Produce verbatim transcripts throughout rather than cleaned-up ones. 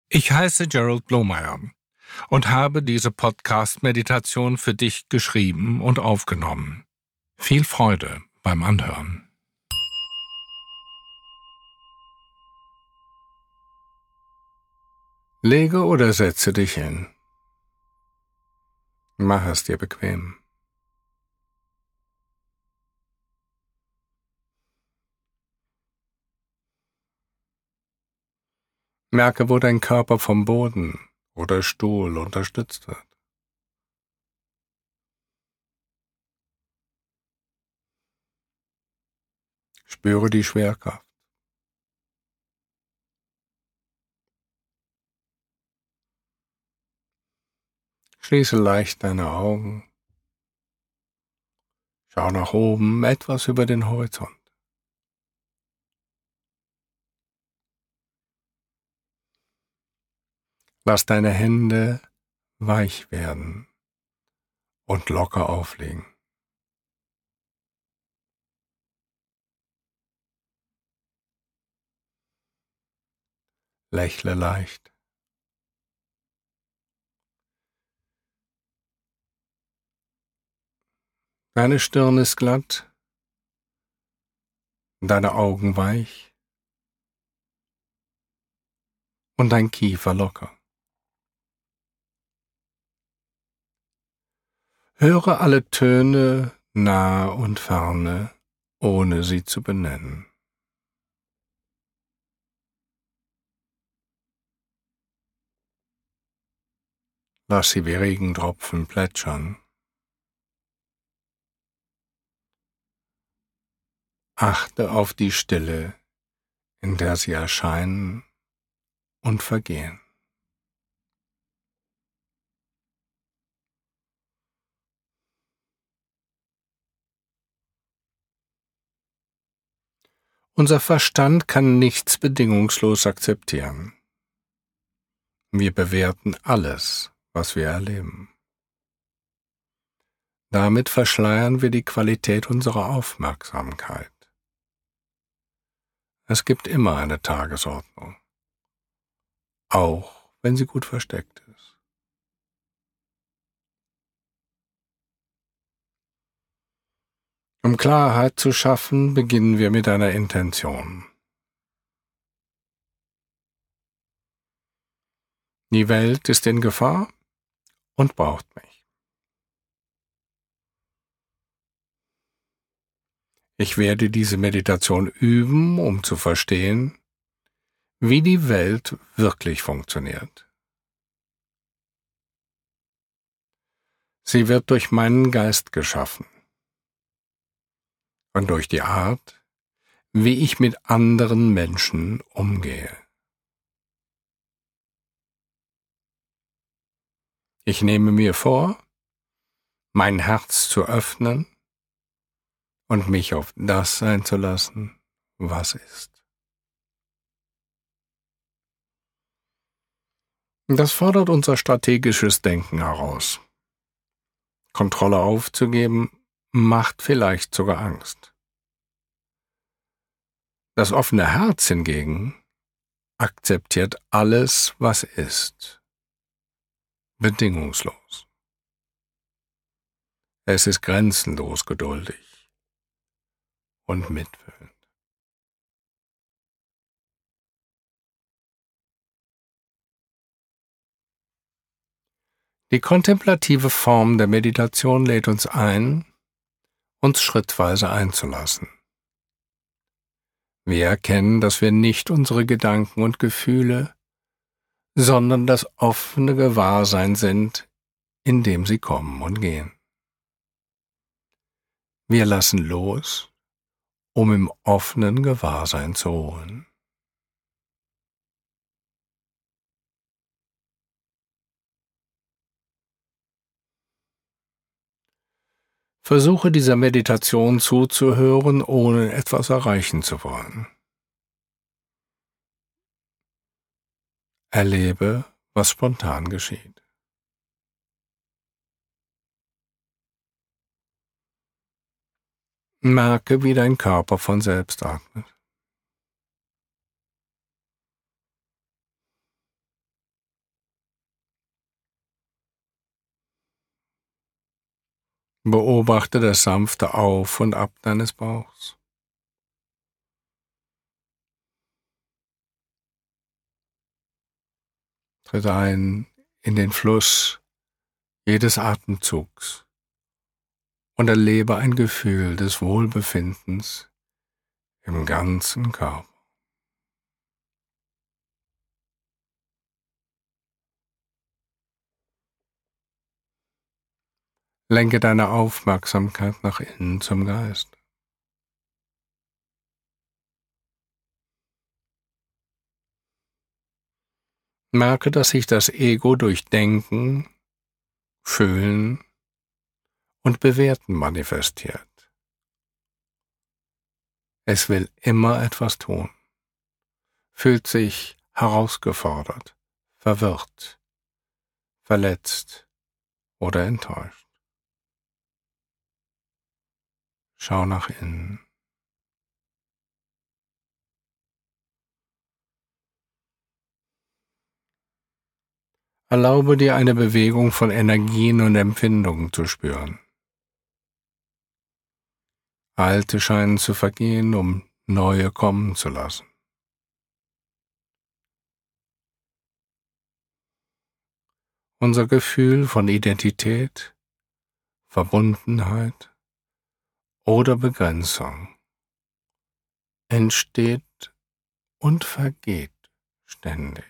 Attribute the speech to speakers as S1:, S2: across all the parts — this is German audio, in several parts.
S1: Ich heiße Gerald Blomeyer und habe diese Podcast-Meditation für dich geschrieben und aufgenommen. Viel Freude beim Anhören. Lege oder setze dich hin. Mach es dir bequem. Merke, wo dein Körper vom Boden oder Stuhl unterstützt wird. Spüre die Schwerkraft. Schließe leicht deine Augen. Schau nach oben, etwas über den Horizont. Lass deine Hände weich werden und locker aufliegen. Lächle leicht. Deine Stirn ist glatt, deine Augen weich und dein Kiefer locker. Höre alle Töne nahe und ferne, ohne sie zu benennen. Lass sie wie Regentropfen plätschern. Achte auf die Stille, in der sie erscheinen und vergehen. Unser Verstand kann nichts bedingungslos akzeptieren. Wir bewerten alles, was wir erleben. Damit verschleiern wir die Qualität unserer Aufmerksamkeit. Es gibt immer eine Tagesordnung, auch wenn sie gut versteckt ist. Um Klarheit zu schaffen, beginnen wir mit einer Intention. Die Welt ist in Gefahr und braucht mich. Ich werde diese Meditation üben, um zu verstehen, wie die Welt wirklich funktioniert. Sie wird durch meinen Geist geschaffen und durch die Art, wie ich mit anderen Menschen umgehe. Ich nehme mir vor, mein Herz zu öffnen und mich auf das einzulassen, was ist. Das fordert unser strategisches Denken heraus. Kontrolle aufzugeben, macht vielleicht sogar Angst. Das offene Herz hingegen akzeptiert alles, was ist, bedingungslos. Es ist grenzenlos geduldig und mitfühlend. Die kontemplative Form der Meditation lädt uns ein, uns schrittweise einzulassen. Wir erkennen, dass wir nicht unsere Gedanken und Gefühle, sondern das offene Gewahrsein sind, in dem sie kommen und gehen. Wir lassen los, um im offenen Gewahrsein zu ruhen. Versuche dieser Meditation zuzuhören, ohne etwas erreichen zu wollen. Erlebe, was spontan geschieht. Merke, wie dein Körper von selbst atmet. Beobachte das sanfte Auf und Ab deines Bauchs. Tritt ein in den Fluss jedes Atemzugs und erlebe ein Gefühl des Wohlbefindens im ganzen Körper. Lenke deine Aufmerksamkeit nach innen zum Geist. Merke, dass sich das Ego durch Denken, Fühlen und Bewerten manifestiert. Es will immer etwas tun, fühlt sich herausgefordert, verwirrt, verletzt oder enttäuscht. Schau nach innen. Erlaube dir eine Bewegung von Energien und Empfindungen zu spüren. Alte scheinen zu vergehen, um neue kommen zu lassen. Unser Gefühl von Identität, Verbundenheit oder Begrenzung entsteht und vergeht ständig.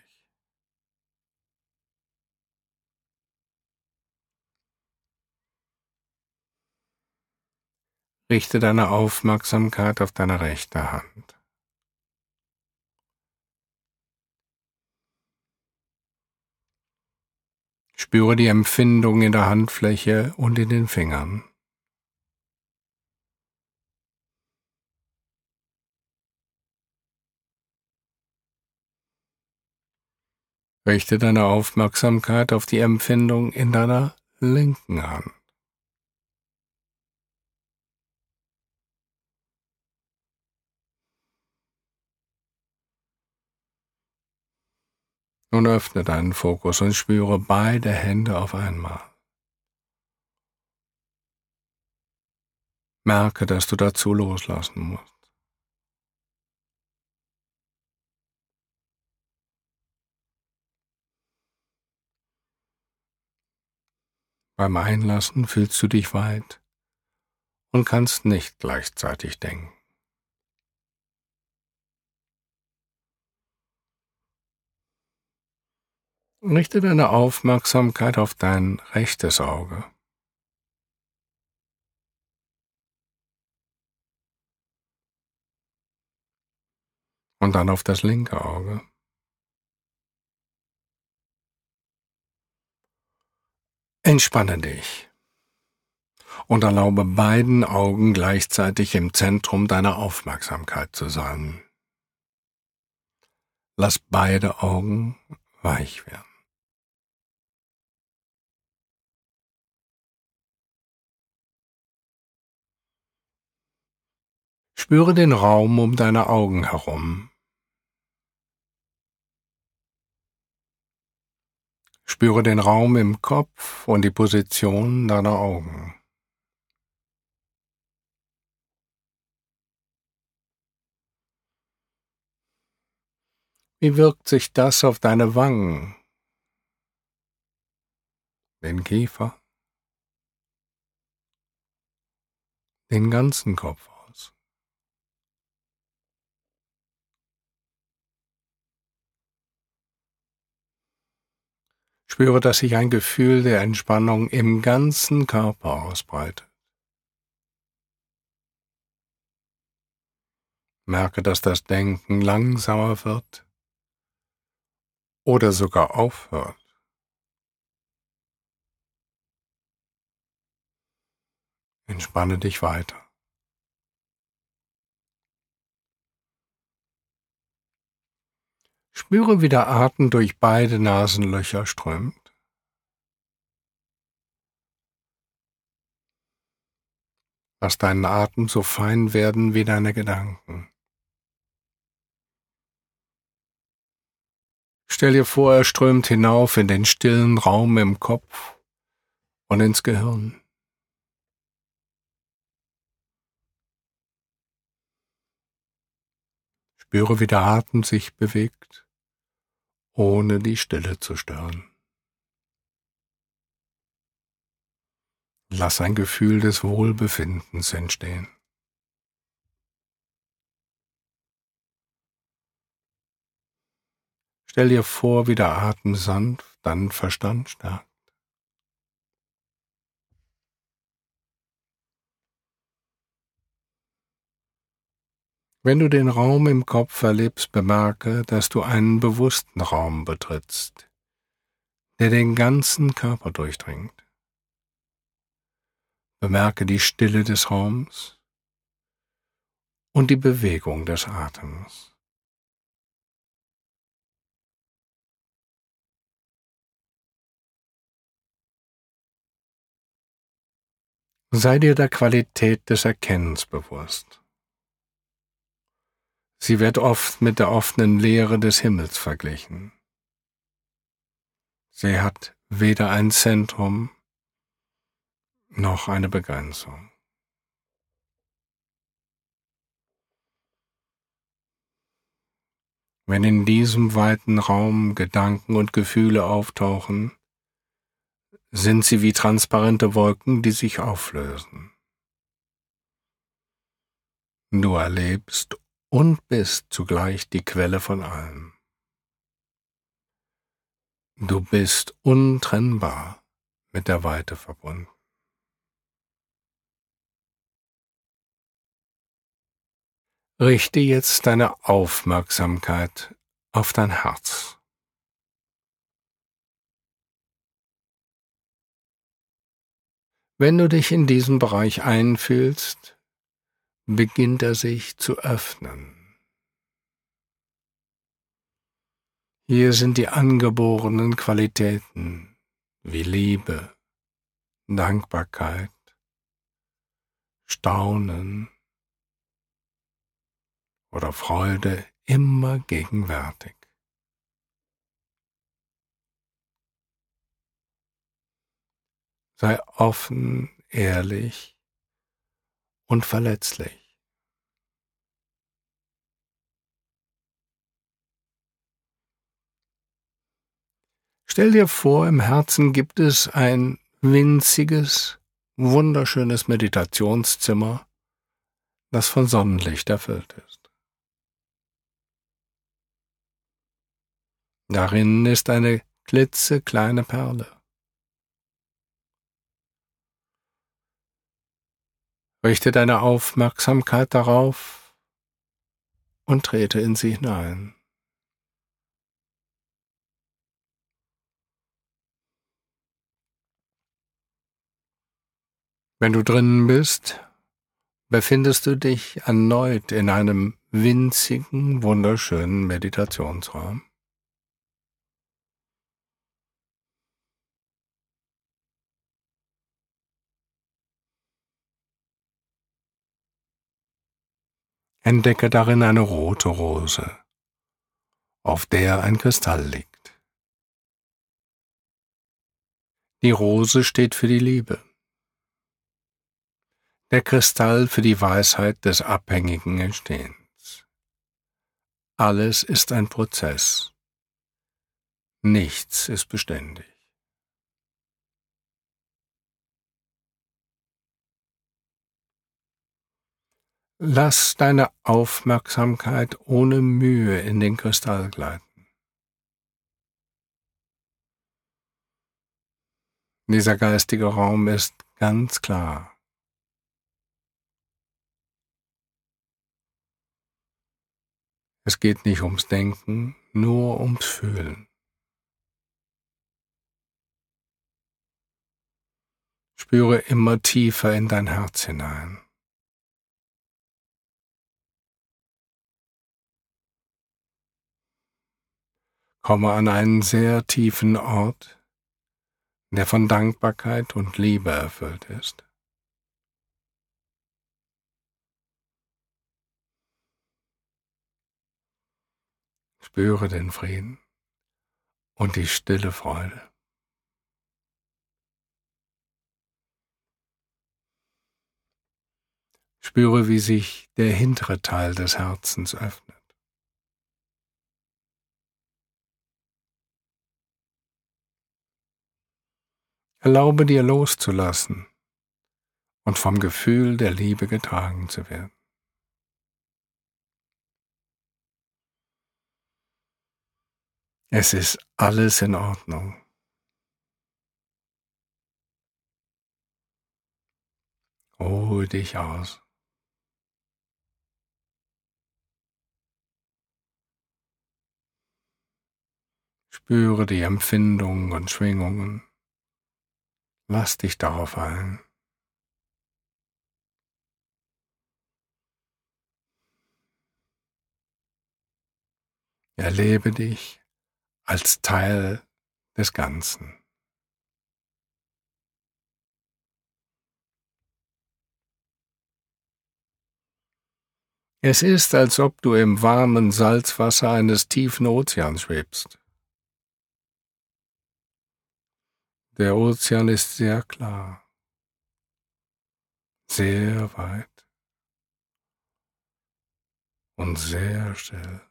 S1: Richte deine Aufmerksamkeit auf deine rechte Hand. Spüre die Empfindung in der Handfläche und in den Fingern. Richte deine Aufmerksamkeit auf die Empfindung in deiner linken Hand. Nun öffne deinen Fokus und spüre beide Hände auf einmal. Merke, dass du dazu loslassen musst. Beim Einlassen fühlst du dich weit und kannst nicht gleichzeitig denken. Richte deine Aufmerksamkeit auf dein rechtes Auge. Und dann auf das linke Auge. Entspanne dich und erlaube beiden Augen gleichzeitig im Zentrum deiner Aufmerksamkeit zu sein. Lass beide Augen weich werden. Spüre den Raum um deine Augen herum. Spüre den Raum im Kopf und die Position deiner Augen. Wie wirkt sich das auf deine Wangen, den Kiefer, den ganzen Kopf aus? Spüre, dass sich ein Gefühl der Entspannung im ganzen Körper ausbreitet. Merke, dass das Denken langsamer wird oder sogar aufhört. Entspanne dich weiter. Spüre, wie der Atem durch beide Nasenlöcher strömt. Lass deinen Atem so fein werden wie deine Gedanken. Stell dir vor, er strömt hinauf in den stillen Raum im Kopf und ins Gehirn. Spüre, wie der Atem sich bewegt, ohne die Stille zu stören. Lass ein Gefühl des Wohlbefindens entstehen. Stell dir vor, wie der Atem sanft deinen Verstand stärkt. Wenn du den Raum im Kopf erlebst, bemerke, dass du einen bewussten Raum betrittst, der den ganzen Körper durchdringt. Bemerke die Stille des Raums und die Bewegung des Atems. Sei dir der Qualität des Erkennens bewusst. Sie wird oft mit der offenen Leere des Himmels verglichen. Sie hat weder ein Zentrum noch eine Begrenzung. Wenn in diesem weiten Raum Gedanken und Gefühle auftauchen, sind sie wie transparente Wolken, die sich auflösen. Du erlebst und bist zugleich die Quelle von allem. Du bist untrennbar mit der Weite verbunden. Richte jetzt deine Aufmerksamkeit auf dein Herz. Wenn du dich in diesen Bereich einfühlst, beginnt er sich zu öffnen. Hier sind die angeborenen Qualitäten wie Liebe, Dankbarkeit, Staunen oder Freude immer gegenwärtig. Sei offen, ehrlich und verletzlich. Stell dir vor, im Herzen gibt es ein winziges, wunderschönes Meditationszimmer, das von Sonnenlicht erfüllt ist. Darin ist eine klitzekleine Perle. Richte deine Aufmerksamkeit darauf und trete in sie hinein. Wenn du drinnen bist, befindest du dich erneut in einem winzigen, wunderschönen Meditationsraum. Entdecke darin eine rote Rose, auf der ein Kristall liegt. Die Rose steht für die Liebe, der Kristall für die Weisheit des abhängigen Entstehens. Alles ist ein Prozess, nichts ist beständig. Lass deine Aufmerksamkeit ohne Mühe in den Kristall gleiten. Dieser geistige Raum ist ganz klar. Es geht nicht ums Denken, nur ums Fühlen. Spüre immer tiefer in dein Herz hinein. Komme an einen sehr tiefen Ort, der von Dankbarkeit und Liebe erfüllt ist. Spüre den Frieden und die stille Freude. Spüre, wie sich der hintere Teil des Herzens öffnet. Erlaube dir loszulassen und vom Gefühl der Liebe getragen zu werden. Es ist alles in Ordnung. Ruhe dich aus. Spüre die Empfindungen und Schwingungen. Lass dich darauf ein. Erlebe dich als Teil des Ganzen. Es ist, als ob du im warmen Salzwasser eines tiefen Ozeans schwebst. Der Ozean ist sehr klar, sehr weit und sehr still.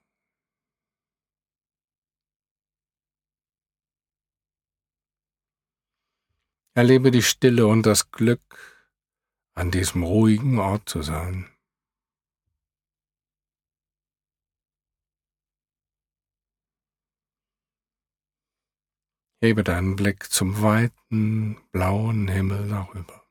S1: Erlebe die Stille und das Glück, an diesem ruhigen Ort zu sein. Hebe deinen Blick zum weiten, blauen Himmel darüber.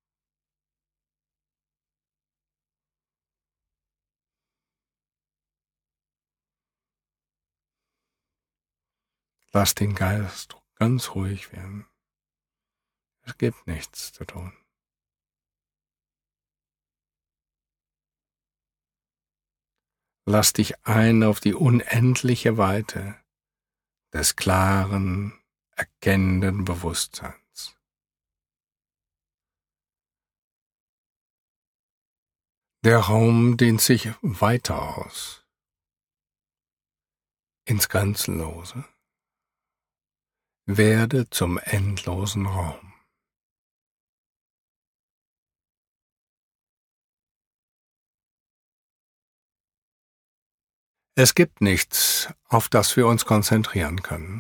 S1: Lass den Geist ganz ruhig werden. Es gibt nichts zu tun. Lass dich ein auf die unendliche Weite des klaren, erkennenden Bewusstseins. Der Raum dehnt sich weiter aus, ins Grenzenlose. Werde zum endlosen Raum. Es gibt nichts, auf das wir uns konzentrieren können.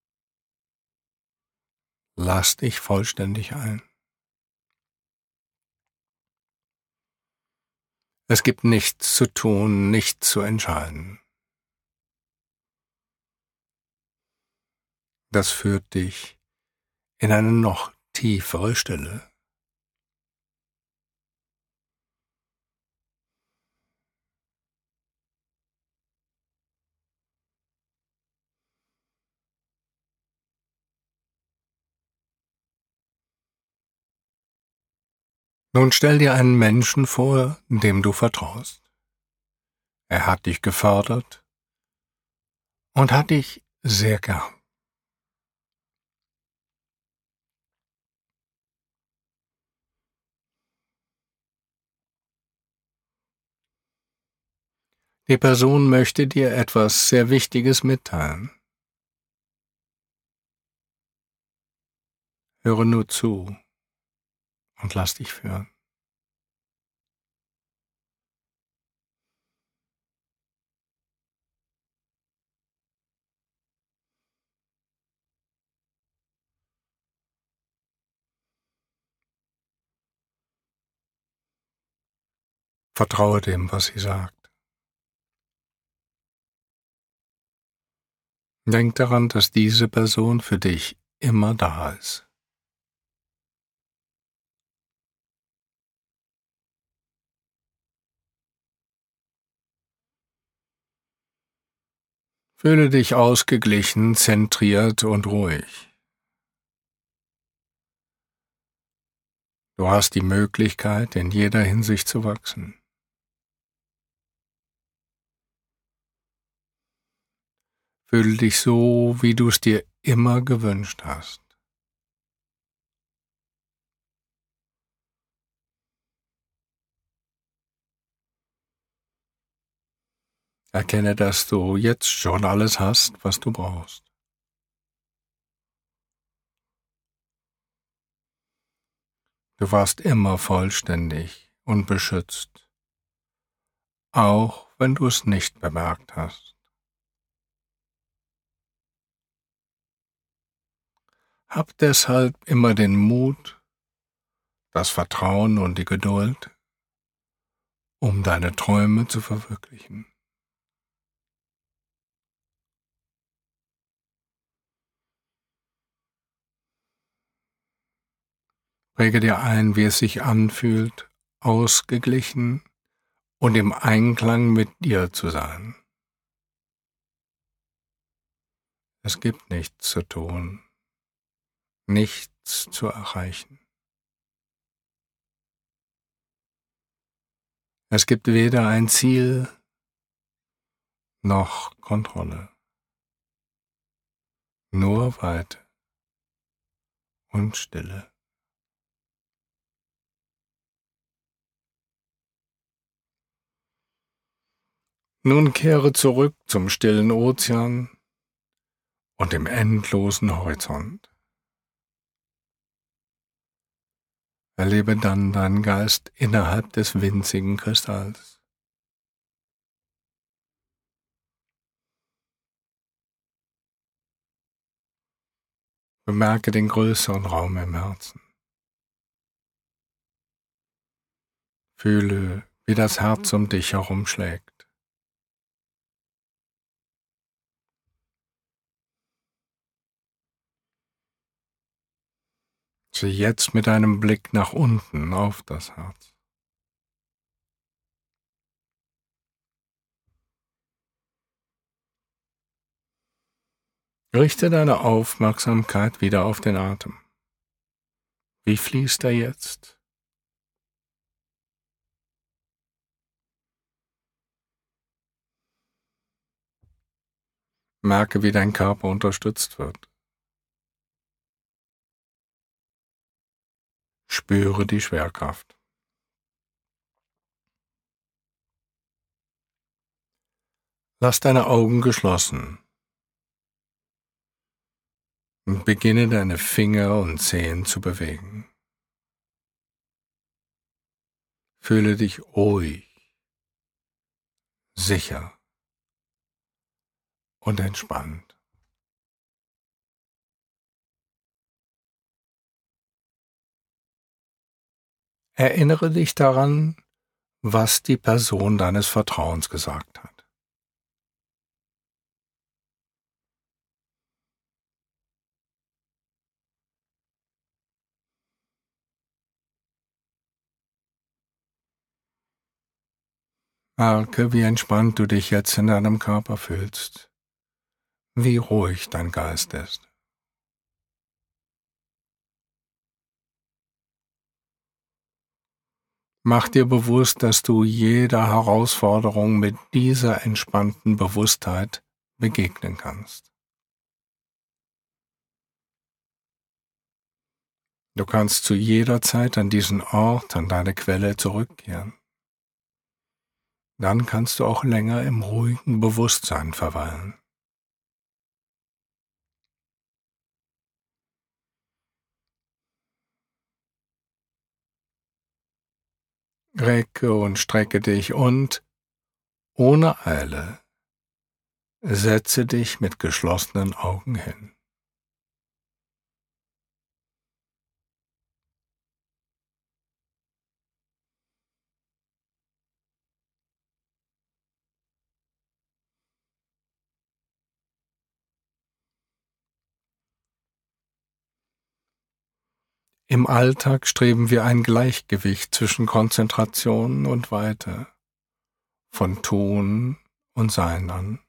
S1: Lass dich vollständig ein. Es gibt nichts zu tun, nichts zu entscheiden. Das führt dich in eine noch tiefere Stille. Nun stell dir einen Menschen vor, dem du vertraust. Er hat dich gefördert und hat dich sehr gern. Die Person möchte dir etwas sehr Wichtiges mitteilen. Höre nur zu und lass dich führen. Vertraue dem, was sie sagt. Denk daran, dass diese Person für dich immer da ist. Fühle dich ausgeglichen, zentriert und ruhig. Du hast die Möglichkeit, in jeder Hinsicht zu wachsen. Fühle dich so, wie du es dir immer gewünscht hast. Erkenne, dass du jetzt schon alles hast, was du brauchst. Du warst immer vollständig und beschützt, auch wenn du es nicht bemerkt hast. Hab deshalb immer den Mut, das Vertrauen und die Geduld, um deine Träume zu verwirklichen. Präge dir ein, wie es sich anfühlt, ausgeglichen und im Einklang mit dir zu sein. Es gibt nichts zu tun, nichts zu erreichen. Es gibt weder ein Ziel noch Kontrolle, nur Weite und Stille. Nun kehre zurück zum stillen Ozean und dem endlosen Horizont. Erlebe dann deinen Geist innerhalb des winzigen Kristalls. Bemerke den größeren Raum im Herzen. Fühle, wie das Herz um dich herum schlägt. Sieh jetzt mit einem Blick nach unten auf das Herz. Richte deine Aufmerksamkeit wieder auf den Atem. Wie fließt er jetzt? Merke, wie dein Körper unterstützt wird. Spüre die Schwerkraft. Lass deine Augen geschlossen und beginne deine Finger und Zehen zu bewegen. Fühle dich ruhig, sicher und entspannt. Erinnere dich daran, was die Person deines Vertrauens gesagt hat. Merke, wie entspannt du dich jetzt in deinem Körper fühlst, wie ruhig dein Geist ist. Mach dir bewusst, dass du jeder Herausforderung mit dieser entspannten Bewusstheit begegnen kannst. Du kannst zu jeder Zeit an diesen Ort, an deine Quelle zurückkehren. Dann kannst du auch länger im ruhigen Bewusstsein verweilen. Recke und strecke dich und, ohne Eile, setze dich mit geschlossenen Augen hin. Im Alltag streben wir ein Gleichgewicht zwischen Konzentration und Weite, von Tun und Sein an.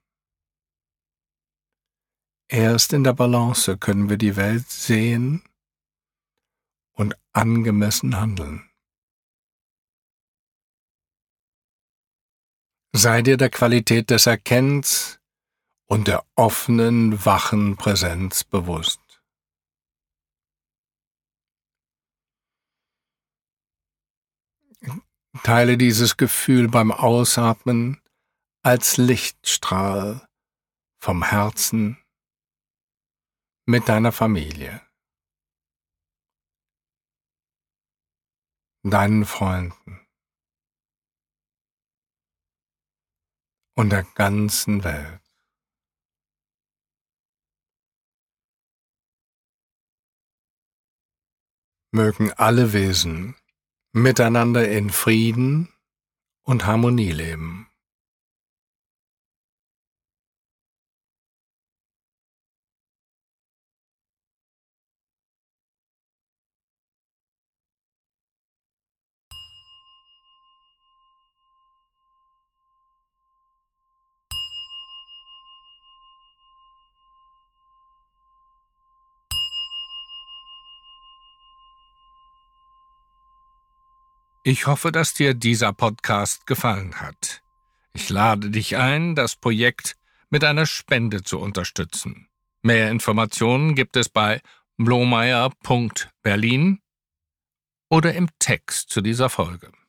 S1: Erst in der Balance können wir die Welt sehen und angemessen handeln. Sei dir der Qualität des Erkennens und der offenen, wachen Präsenz bewusst. Teile dieses Gefühl beim Ausatmen als Lichtstrahl vom Herzen mit deiner Familie, deinen Freunden und der ganzen Welt. mögen alle Wesen miteinander in Frieden und Harmonie leben. Ich hoffe, dass dir dieser Podcast gefallen hat. Ich lade dich ein, das Projekt mit einer Spende zu unterstützen. Mehr Informationen gibt es bei blomeyer punkt berlin oder im Text zu dieser Folge.